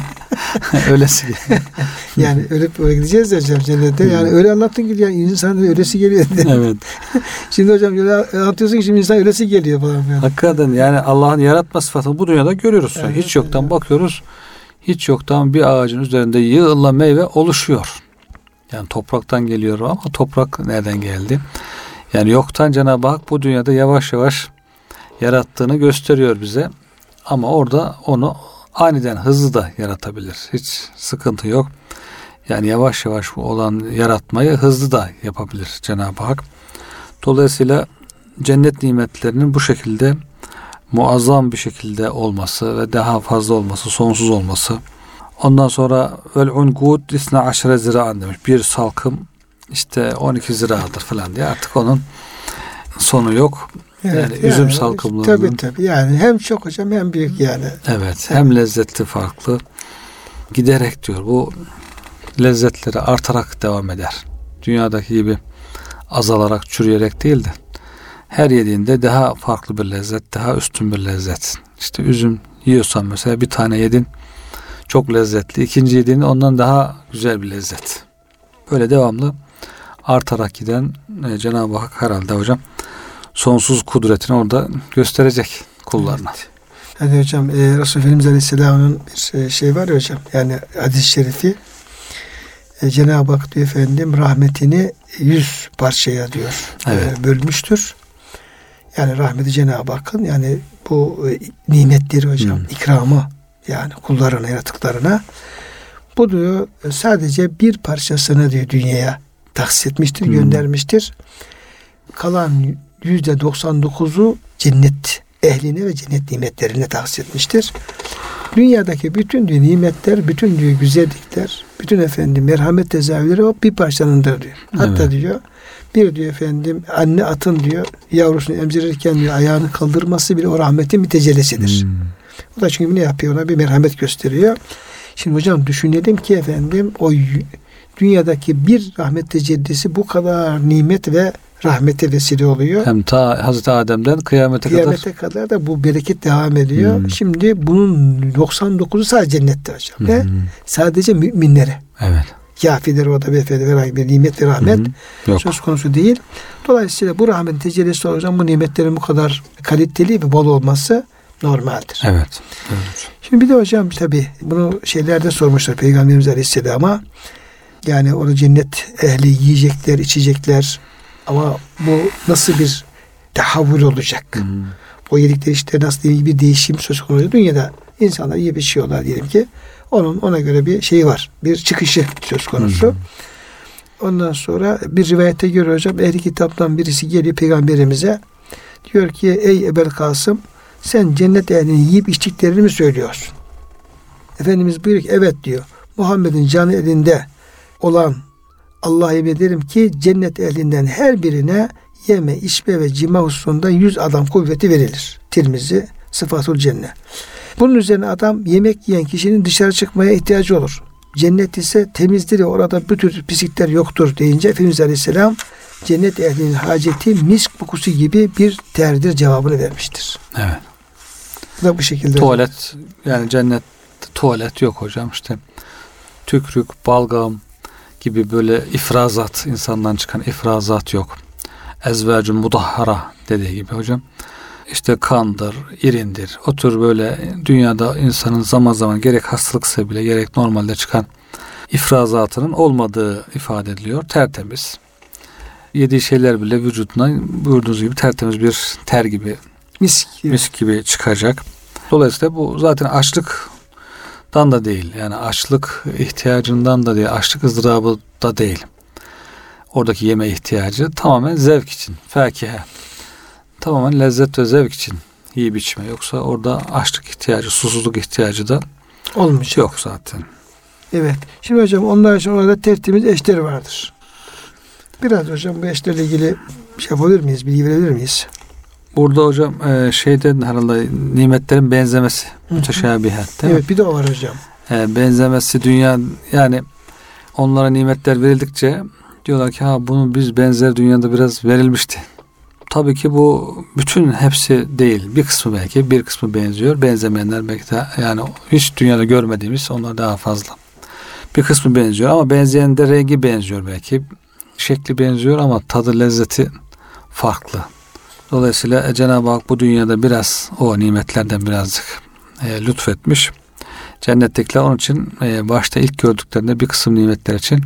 Ölesi geliyor. Yani ölüp öyle gideceğiz ya hocam cennette. Yani öyle anlattın ki yani insanın ölesi geliyor dedi. Evet. Şimdi hocam öyle anlatıyorsun ki şimdi insan ölesi geliyor falan. Yani. Hakikaten yani Allah'ın yaratma sıfatını bu dünyada görüyoruz. Evet, hiç yoktan evet. bakıyoruz. Hiç yoktan bir ağacın üzerinde yığınla meyve oluşuyor. Yani topraktan geliyor ama toprak nereden geldi? Yani yoktan Cenab-ı Hak bu dünyada yavaş yavaş yarattığını gösteriyor bize. Ama orada onu aniden hızlı da yaratabilir. Hiç sıkıntı yok. Yani yavaş yavaş olan yaratmayı hızlı da yapabilir Cenab-ı Hak. Dolayısıyla cennet nimetlerinin bu şekilde muazzam bir şekilde olması ve daha fazla olması, sonsuz olması. Ondan sonra vel ungud isna aşre ziraan demiş. Bir salkım işte on iki ziradır falan diye artık onun sonu yok. Evet, yani, yani üzüm salkımlarının. Tabii tabii yani hem çok hocam hem büyük yani. Evet hem lezzetli farklı. Giderek diyor bu lezzetleri artarak devam eder. Dünyadaki gibi azalarak çürüyerek değil de her yediğinde daha farklı bir lezzet, daha üstün bir lezzet. İşte üzüm yiyorsan mesela bir tane yedin çok lezzetli. İkinci yediğinde ondan daha güzel bir lezzet. Böyle devamlı artarak giden e, Cenab-ı Hak herhalde hocam sonsuz kudretini orada gösterecek kullarına. Evet. Hadi hocam e, Resulü Efendimiz Aleyhisselam'ın bir şey var ya hocam yani hadis-i şerifi e, Cenab-ı Hak diyor efendim rahmetini yüz parçaya diyor evet. e, bölmüştür. Yani rahmeti Cenab-ı Hakk'ın yani bu e, nimetleri hocam, hmm. ikramı yani kullarına, yaratıklarına bu diyor sadece bir parçasını diyor dünyaya tahsis etmiştir, hmm. göndermiştir. Kalan yüzde doksan dokuzu cennet ehline ve cennet nimetlerine tahsis etmiştir. Dünyadaki bütün diyor nimetler, bütün diyor güzellikler, bütün efendim merhamet tezahürleri o bir parçanındır diyor. Hatta evet. diyor bir diyor efendim anne atın diyor yavrusunu emzirirken diyor ayağını kaldırması bile o rahmetin bir tecellisidir. Hmm. O da çünkü ne yapıyor, ona bir merhamet gösteriyor. Şimdi hocam düşünelim ki efendim o dünyadaki bir rahmet tecellisi bu kadar nimet ve rahmete vesile oluyor. Hem ta Hazreti Adem'den kıyamete, kıyamete kadar. kadar da bu bereket devam ediyor. Hmm. Şimdi bunun doksan dokuzu sadece cennette hocam. Hmm. Ve sadece müminlere. Evet. Kafirlere o da bir, bir nimet ve rahmet hmm. söz konusu değil. Dolayısıyla bu rahmetin tecellisi hocam bu nimetlerin bu kadar kaliteli ve bol olması normaldir. Evet. evet. Şimdi bir de hocam tabi bunu şeylerde sormuşlar Peygamberimiz Aleyhisselam'a. Yani orada cennet ehli yiyecekler, içecekler ama bu nasıl bir tahavvül olacak? Hmm. O yedikleri işte nasıl bir değişim söz konusu? Dünyada insanlar yiyip içiyorlar diyelim ki. Onun ona göre bir şeyi var. Bir çıkışı söz konusu. Hmm. Ondan sonra bir rivayete göre hocam ehli kitaptan birisi geliyor Peygamberimize. Diyor ki ey Ebel Kasım sen cennet ehlinin yiyip içtiklerini mi söylüyorsun? Efendimiz buyuruyor ki evet diyor. Muhammed'in canı elinde olan Allah'a yemin ederim ki cennet ehlinden her birine yeme, içme ve cima hususunda yüz adam kuvveti verilir. Tirmizi, Sıfatul Cennet. Bunun üzerine adam yemek yiyen kişinin dışarı çıkmaya ihtiyacı olur. Cennet ise temizdir ve orada bütün pislikler yoktur deyince Efendimiz Aleyhisselam cennet ehlinin haceti misk kokusu gibi bir terdir cevabını vermiştir. Evet. Bu da bu şekilde. Tuvalet yani cennet tuvalet yok hocam işte tükrük, balgam gibi böyle ifrazat, insandan çıkan ifrazat yok. Ezvacun mudahhara dediği gibi hocam. İşte kandır, irindir. O tür böyle dünyada insanın zaman zaman gerek hastalık sebebiyle gerek normalde çıkan ifrazatının olmadığı ifade ediliyor. Tertemiz. Yediği şeyler bile vücuduna buyurduğunuz gibi tertemiz bir ter gibi, misk gibi, misk gibi çıkacak. Dolayısıyla bu zaten açlık dan da değil. Yani açlık ihtiyacından da değil. Açlık ızdırabı da değil. Oradaki yeme ihtiyacı tamamen zevk için. Fakihe. Tamamen lezzet ve zevk için yiyip içme. Yoksa orada açlık ihtiyacı, susuzluk ihtiyacı da olmayacak. Yok zaten. Evet. Şimdi hocam onlar için orada tertemiz eşleri vardır. Biraz hocam bu eşlerle ilgili şey yapabilir miyiz? Bilgi verebilir miyiz? Burada hocam e, şeyden herhalde nimetlerin benzemesi müteşabihat. Evet bir de o var hocam. E, benzemesi dünya yani onlara nimetler verildikçe diyorlar ki ha bunu biz benzer dünyada biraz verilmişti. Tabii ki bu bütün hepsi değil. Bir kısmı belki bir kısmı benziyor. Benzemeyenler belki de yani hiç dünyada görmediğimiz onlar daha fazla. Bir kısmı benziyor ama benzeyen de rengi benziyor belki. Şekli benziyor ama tadı lezzeti farklı. Dolayısıyla Cenab-ı Hak bu dünyada biraz o nimetlerden birazcık e, lütfetmiş. Cennettekiler onun için e, başta ilk gördüklerinde bir kısım nimetler için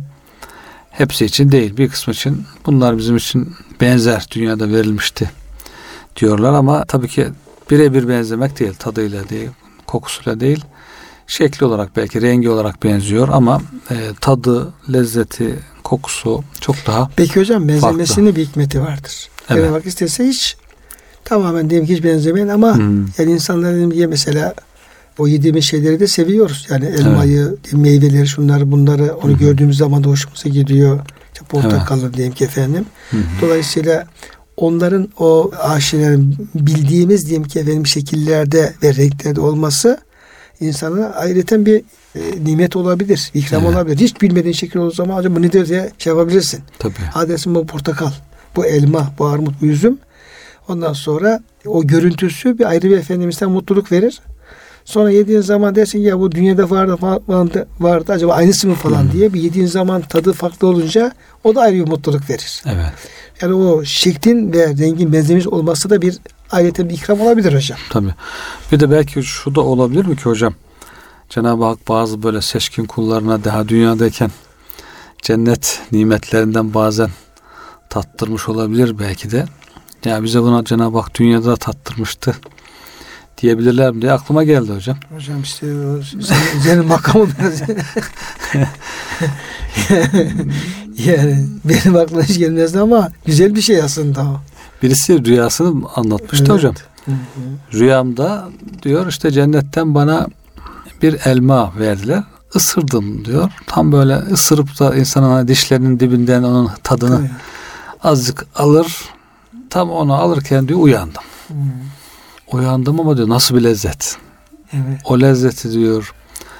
hepsi için değil bir kısmı için bunlar bizim için benzer dünyada verilmişti diyorlar ama tabii ki birebir benzemek değil tadıyla değil kokusuyla değil şekli olarak belki rengi olarak benziyor ama e, tadı lezzeti kokusu çok daha peki hocam benzemesinin farklı. Bir hikmeti vardır. Evet. Cenab-ı Hak istese hiç tamamen diyelim ki hiç benzemeyin ama hmm. yani insanlar diyelim ki mesela o yediğimiz şeyleri de seviyoruz. Yani elmayı, evet. meyveleri, şunları, bunları onu hmm. gördüğümüz zaman da hoşumuza gidiyor. İşte portakalı evet. diyelim ki efendim. Hmm. Dolayısıyla onların o aşilerin bildiğimiz diyelim ki efendim şekillerde ve renklerde olması insana ayrıca bir e, nimet olabilir, ikram evet. olabilir. Hiç bilmediğin şekil olduğu zaman acaba bu nedir diye şey yapabilirsin. Tabii. Adresin bu portakal, bu elma, bu armut, bu üzüm. Ondan sonra o görüntüsü bir ayrı bir Efendimiz'den mutluluk verir. Sonra yediğin zaman dersin ya bu dünyada vardı, vardı, vardı acaba aynısı mı falan hmm. diye bir yediğin zaman tadı farklı olunca o da ayrı bir mutluluk verir. Evet. Yani o şeklin ve rengin benzemiş olması da bir ayrıca bir ikram olabilir hocam. Tabii. Bir de belki şu da olabilir mi ki hocam? Cenab-ı Hak bazı böyle seçkin kullarına daha dünyadayken cennet nimetlerinden bazen tattırmış olabilir belki de. Ya bize buna Cenab-ı Hak dünyada da tattırmıştı diyebilirler mi diye aklıma geldi hocam. Hocam işte o senin, senin makamın yani benim aklıma hiç gelmezdi ama güzel bir şey aslında o. Birisi rüyasını anlatmıştı, evet, hocam. Hı hı. Rüyamda diyor işte cennetten bana bir elma verdiler. Isırdım diyor. Tam böyle ısırıp da insanın dişlerinin dibinden onun tadını, evet, azıcık alır. Tam onu alırken diyor uyandım. Hı. Uyandım ama diyor nasıl bir lezzet. Evet. O lezzeti diyor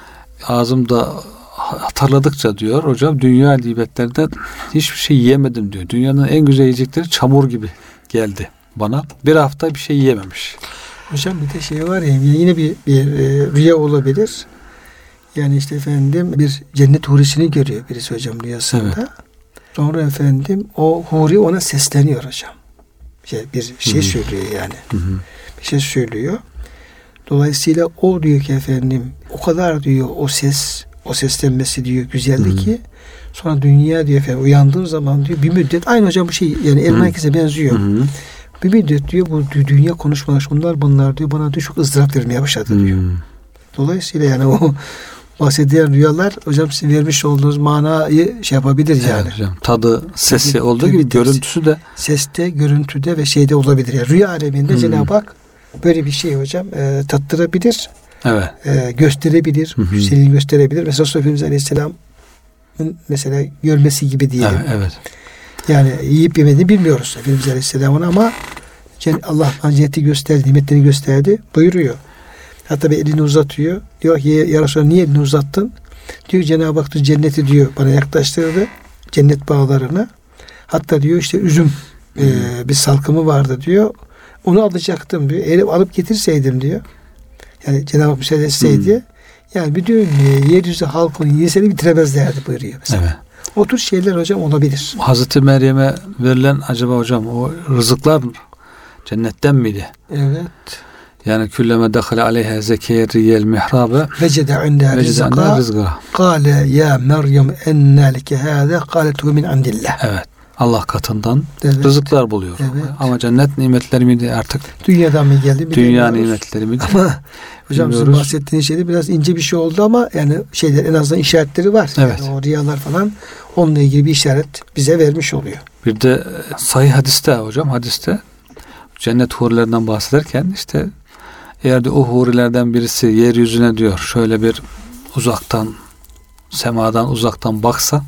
ağzımda hatırladıkça diyor hocam dünya nimetlerinden hiçbir şey yiyemedim diyor. Dünyanın en güzel yiyecekleri çamur gibi geldi bana. Bir hafta bir şey yiyememiş. Hocam bir de şey var ya yine bir, bir e, rüya olabilir. Yani işte efendim bir cennet hurisini görüyor birisi hocam rüyasında. Evet. Sonra efendim o huri ona sesleniyor hocam. Şey, bir şey Hı-hı. söylüyor yani. Hı-hı. Bir şey söylüyor. Dolayısıyla o diyor ki efendim o kadar diyor o ses, o seslenmesi diyor güzeldi Hı-hı. ki sonra dünya diyor efendim uyandığım zaman diyor bir müddet aynı hocam bu şey yani elma ikisi benziyor. Hı-hı. Bir müddet diyor bu dünya konuşmalar şunlar bunlar diyor bana diyor çok ızdırap vermeye başladı diyor. Hı-hı. Dolayısıyla yani o bahsedilen rüyalar hocam sizin vermiş olduğunuz manayı şey yapabilir yani. Evet hocam. Tadı, sesi tabii, olduğu gibi görüntüsü de. Seste, görüntüde ve şeyde olabilir. Yani rüya aleminde hmm. Cenab-ı Hak böyle bir şey hocam e, tattırabilir. Evet. E, gösterebilir. Hmm. Güzelliğini gösterebilir. Mesela Efendimiz Aleyhisselam'ın mesela görmesi gibi diyelim. Evet. evet. Yani yiyip yemediğini bilmiyoruz Efendimiz Aleyhisselam'ın ama Allah cenneti gösterdi, nimetlerini gösterdi. Buyuruyor. Hatta bir elini uzatıyor. Diyor ki ya Resulallah niye elini uzattın? Diyor Cenab-ı Hak cenneti diyor bana yaklaştırdı. Cennet bağlarına. Hatta diyor işte üzüm hmm. e, bir salkımı vardı diyor. Onu alacaktım diyor. Eğer alıp getirseydim diyor. Yani Cenab-ı Hak müsaade etseydi. Hmm. Yani bütün e, yeryüzü halkını yeseni bitiremezlerdi buyuruyor mesela. Evet. O tür şeyler hocam olabilir. Hazreti Meryem'e verilen acaba hocam o rızıklar cennetten miydi? Evet. Yani külleme dehale aleyha zekeriyel mihrabe vecede inda rizqa kâle ya Meryem enne leke hâze kâletu min indillah. Evet. Allah katından evet. rızıklar buluyor. Evet. Ama cennet nimetleri miydi artık? Dünyadan mı geldi? Dünya nimetleri miydi? Ama hocam sizin bahsettiğiniz şeyde biraz ince bir şey oldu ama yani şeyler en azından işaretleri var. Evet. Yani o riyalar falan onunla ilgili bir işaret bize vermiş oluyor. Bir de sahih hadiste hocam hadiste cennet hurilerinden bahsederken işte eğer de o hurilerden birisi yeryüzüne diyor şöyle bir uzaktan semadan uzaktan baksa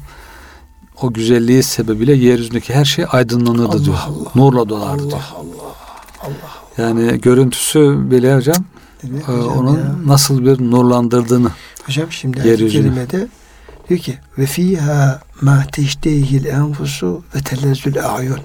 o güzelliği sebebiyle yeryüzündeki her şey aydınlanırdı Allah diyor. Allah, Nurla dolardı Allah, diyor. Allah Allah. Yani görüntüsü bile hocam, e, hocam onun ya. nasıl bir nurlandırdığını. Hocam şimdi yeryüzüne kelimede diyor ki ve fiha ma teştehil enfusu ve telezzül ayun.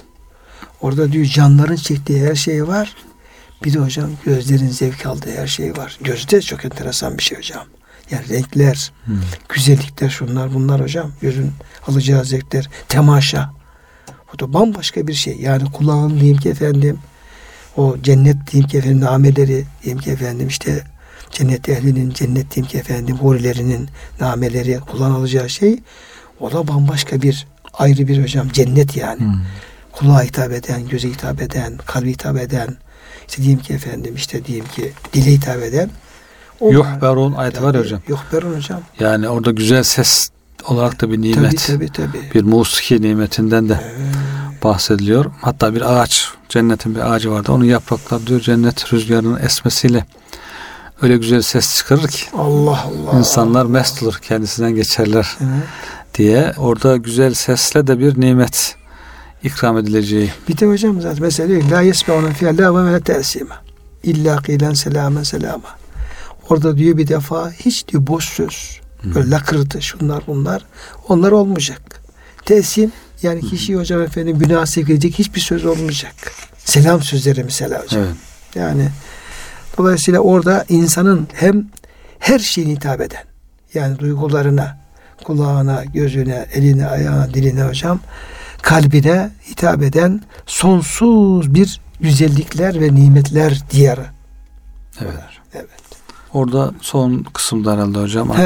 Orada diyor canların çektiği her şey var. Bir de hocam gözlerin zevk aldığı her şey var. Gözde çok enteresan bir şey hocam. Yani renkler, hmm. güzellikler şunlar bunlar hocam. Gözün alacağı zevkler, temaşa. Bu da bambaşka bir şey. Yani kulağın diyeyim ki efendim o cennet diyeyim ki efendim nameleri diyeyim ki efendim işte cennet ehlinin cennet diyeyim ki efendim hurilerinin nameleri kulağın alacağı şey o da bambaşka bir ayrı bir hocam cennet yani. Hmm. Kulağa hitap eden, göze hitap eden, kalbe hitap eden işte diyeyim ki efendim işte diyeyim ki dile hitap eden Yuhberun ayeti var ya hocam. Yuhberun hocam. Yani orada güzel ses olarak da bir nimet. Tabii, tabii, tabii. Bir musiki nimetinden de evet. bahsediliyor. Hatta bir ağaç, cennetin bir ağacı vardı. Onun yaprakları diyor cennet rüzgarının esmesiyle öyle güzel ses çıkarır ki Allah Allah. İnsanlar mest olur, kendisinden geçerler evet. diye. Orada güzel sesle de bir nimet ikram edileceği. Bir de hocam zaten mesela diyor la yesme'una fiha la ve la te'sime illa kılen selamen selama. Orada diyor bir defa hiç diyor boş söz, böyle hmm. lakırtı şunlar bunlar onlar olmayacak. Tesim yani kişi hmm. hocam efendim günah sevk edecek hiçbir söz olmayacak. Selam sözleri mesela hocam. Evet. Yani dolayısıyla orada insanın hem her şeyine hitap eden yani duygularına, kulağına, gözüne, eline, ayağına, diline hocam kalbine hitap eden sonsuz bir güzellikler ve nimetler diyarı. Evet. Evet. Orada son kısımda herhalde hocam artık. He,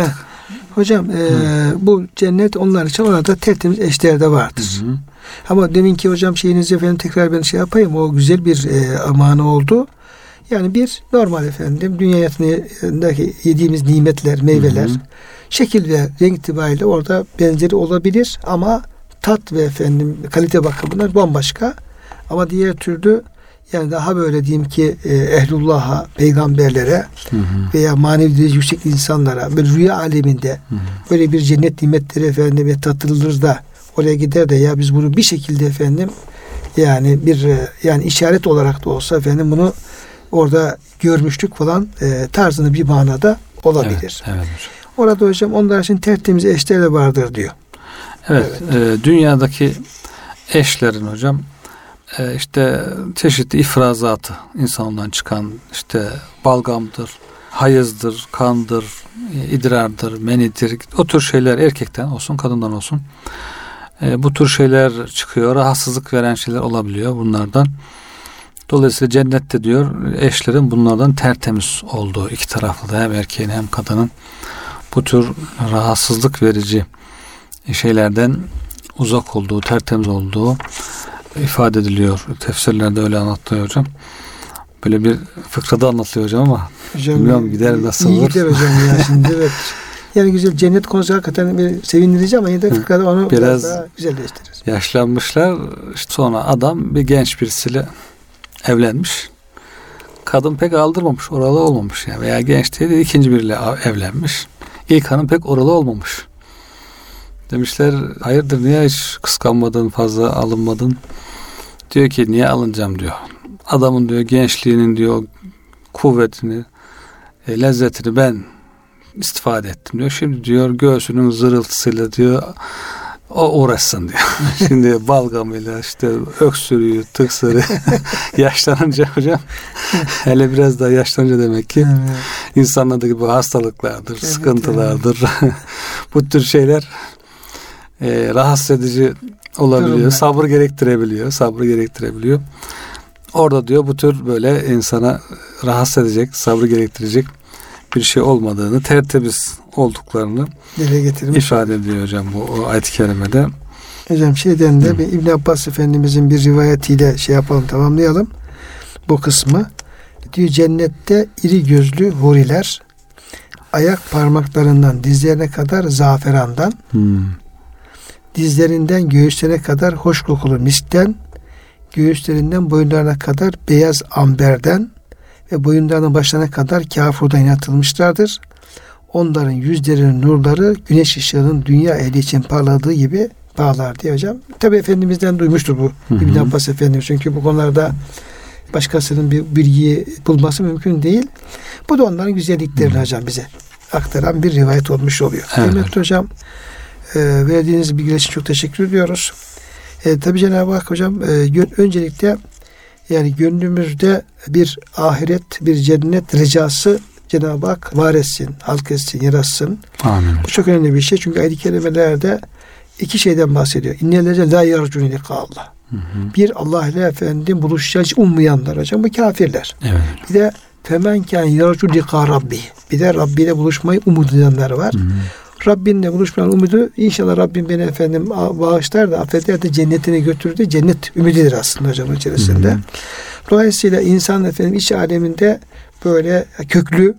Hocam e, bu cennet onlar için orada tertemiz eşler de vardır. Hı hı. Ama deminki hocam şeyinizi efendim tekrar ben şey yapayım. O güzel bir e, amanı oldu. Yani bir normal efendim dünya hayatındaki yediğimiz nimetler, meyveler, hı hı, şekil ve renk itibariyle orada benzeri olabilir ama tat ve efendim kalite bakımından bambaşka. Ama diğer türlü yani daha böyle diyeyim ki e, ehlullah'a, peygamberlere, hı hı, veya manevi derece yüksek insanlara böyle rüya aleminde, hı hı, böyle bir cennet nimetleri efendim tatılır da oraya gider de ya biz bunu bir şekilde efendim yani bir yani işaret olarak da olsa efendim bunu orada görmüştük falan e, tarzını bir manada olabilir. Evet, evet. Orada hocam onlar için tertemiz eşler de vardır diyor. Evet, evet. E, dünyadaki eşlerin hocam e, işte çeşitli ifrazatı insandan çıkan işte balgamdır, hayızdır, kandır, idrardır, menidir. O tür şeyler erkekten olsun, kadından olsun. E, bu tür şeyler çıkıyor. Rahatsızlık veren şeyler olabiliyor bunlardan. Dolayısıyla cennette diyor eşlerin bunlardan tertemiz olduğu, iki taraflı da hem erkeğin hem kadının bu tür rahatsızlık verici şeylerden uzak olduğu, tertemiz olduğu ifade ediliyor. Tefsirlerde öyle anlatılıyor hocam. Böyle bir fıkrada anlatılıyor hocam ama hocam, bilmiyorum gider nasıl olur. İyi gider hocam ya şimdi evet. Yani güzel cennet konusu hakikaten bir sevindirici ama yine de fıkrada onu biraz, biraz daha güzelleştiririz. Yaşlanmışlar. İşte sonra adam bir genç birisiyle evlenmiş. Kadın pek aldırmamış, oralı olmamış yani veya genç diye de ikinci biriyle evlenmiş. İlk hanım pek oralı olmamış. Demişler hayırdır niye hiç kıskanmadın, fazla alınmadın? Diyor ki niye alınacağım diyor. Adamın diyor gençliğinin diyor kuvvetini, e, lezzetini ben istifade ettim diyor. Şimdi diyor göğsünün zırıltısıyla diyor o uğraşsın diyor. Şimdi balgamıyla işte öksürüğü, tıksırı yaşlanınca hocam hele biraz daha yaşlanınca demek ki evet, insanlardaki bu hastalıklardır, evet, sıkıntılardır. Evet. Bu tür şeyler e, rahatsız edici olabiliyor. Durumda. Sabır gerektirebiliyor. Sabrı gerektirebiliyor. Orada diyor bu tür böyle insana rahatsız edecek, sabrı gerektirecek bir şey olmadığını, tertemiz olduklarını dile getirmiş, ifade ediyor hocam bu o ayet-i kerimede. Hocam şeyden de bir İbn Abbas Efendimizin bir rivayetiyle şey yapalım, tamamlayalım bu kısmı. Diyor cennette iri gözlü huriler ayak parmaklarından dizlerine kadar zaferandan, hmm. dizlerinden göğüslerine kadar hoş kokulu miskten, göğüslerinden boyunlarına kadar beyaz amberden ve boyunlarının başlarına kadar kâfurdan yaratılmışlardır. Onların yüzlerinin nurları güneş ışığının dünya ehli için parladığı gibi bağlar diye hocam. Tabi Efendimiz'den duymuştur bu hı hı. İbn Abbas Efendimiz. Çünkü bu konularda başkasının bir bilgiyi bulması mümkün değil. Bu da onların güzelliklerini hı. hocam bize aktaran bir rivayet olmuş oluyor. Evet, evet hocam. E, verdiğiniz bilgiler için çok teşekkür ediyoruz. E, tabi Cenab-ı Hak hocam e, öncelikle yani gönlümüzde bir ahiret, bir cennet ricası Cenab-ı Hak var etsin, halk etsin, yaratsın. Amin. Bu çok önemli bir şey. Çünkü ayet-i kerimelerde iki şeyden bahsediyor. İnnelleze la yarcun liqa'allah. Bir, Allah ile efendim buluşacağız ummayanlar hocam. Bu kafirler. Evet. Bir de femen kan yarcu liqa rabbi. Bir de Rabbi ile buluşmayı umut edenler var. Hı hı. Rabbinle buluşmanın umudu inşallah Rabbim beni efendim bağışlar da affeder de cennetine götürdü. Cennet ümididir aslında hocam içerisinde. Hı hı. Dolayısıyla insan efendim iç aleminde böyle köklü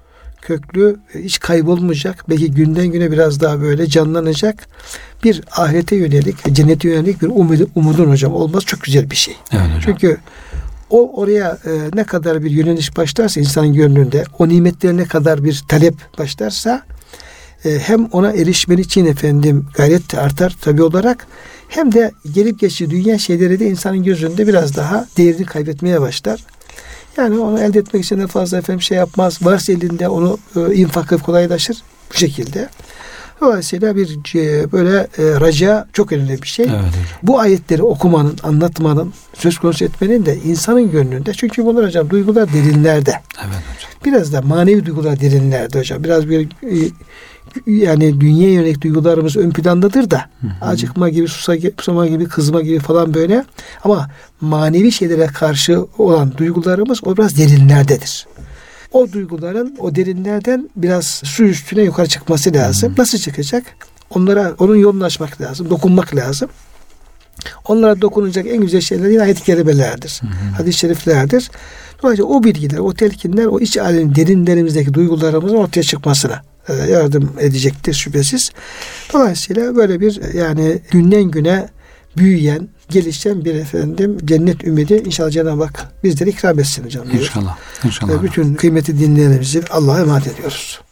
köklü hiç kaybolmayacak, belki günden güne biraz daha böyle canlanacak bir ahirete yönelik, cennete yönelik bir umudu, umudun hocam olması çok güzel bir şey. Evet hocam. Çünkü o oraya e, ne kadar bir yöneliş başlarsa insanın gönlünde, o nimetlerine ne kadar bir talep başlarsa e, hem ona erişmen için efendim gayret de artar tabi olarak, hem de gelip geçici dünya şeyleri de insanın gözünde biraz daha değerini kaybetmeye başlar. Yani onu elde etmek için de fazla efendim şey yapmaz. Varsa elinde onu e, infakı kolaylaşır bu şekilde. Dolayısıyla bir e, böyle e, raca çok önemli bir şey. Evet, bu ayetleri okumanın, anlatmanın, söz konusu etmenin de insanın gönlünde. Çünkü bunlar hocam duygular derinlerde. Evet hocam. Biraz da manevi duygular derinlerde hocam. Biraz bir e, yani dünya yönelik duygularımız ön plandadır da hı hı. acıkma gibi, susa, susama gibi, kızma gibi falan böyle, ama manevi şeylere karşı olan duygularımız o biraz derinlerdedir. o duyguların o derinlerden biraz su üstüne yukarı çıkması lazım. Hmm. Nasıl çıkacak? Onlara, onun yolunu açmak lazım. Dokunmak lazım. Onlara dokunacak en güzel şeyler yine ayet-i kerimelerdir. Hmm. Hadis-i şeriflerdir. Dolayısıyla o bilgiler, o telkinler, o iç alemin derinlerimizdeki duygularımızın ortaya çıkmasına yardım edecektir şüphesiz. Dolayısıyla böyle bir yani günden güne büyüyen, gelişen bir efendim cennet ümidi inşallah Cenab-ı Hak bizleri ikram etsin hocam. İnşallah. İnşallah. Bütün kıymeti dinleyenlerimizi Allah'a emanet ediyoruz.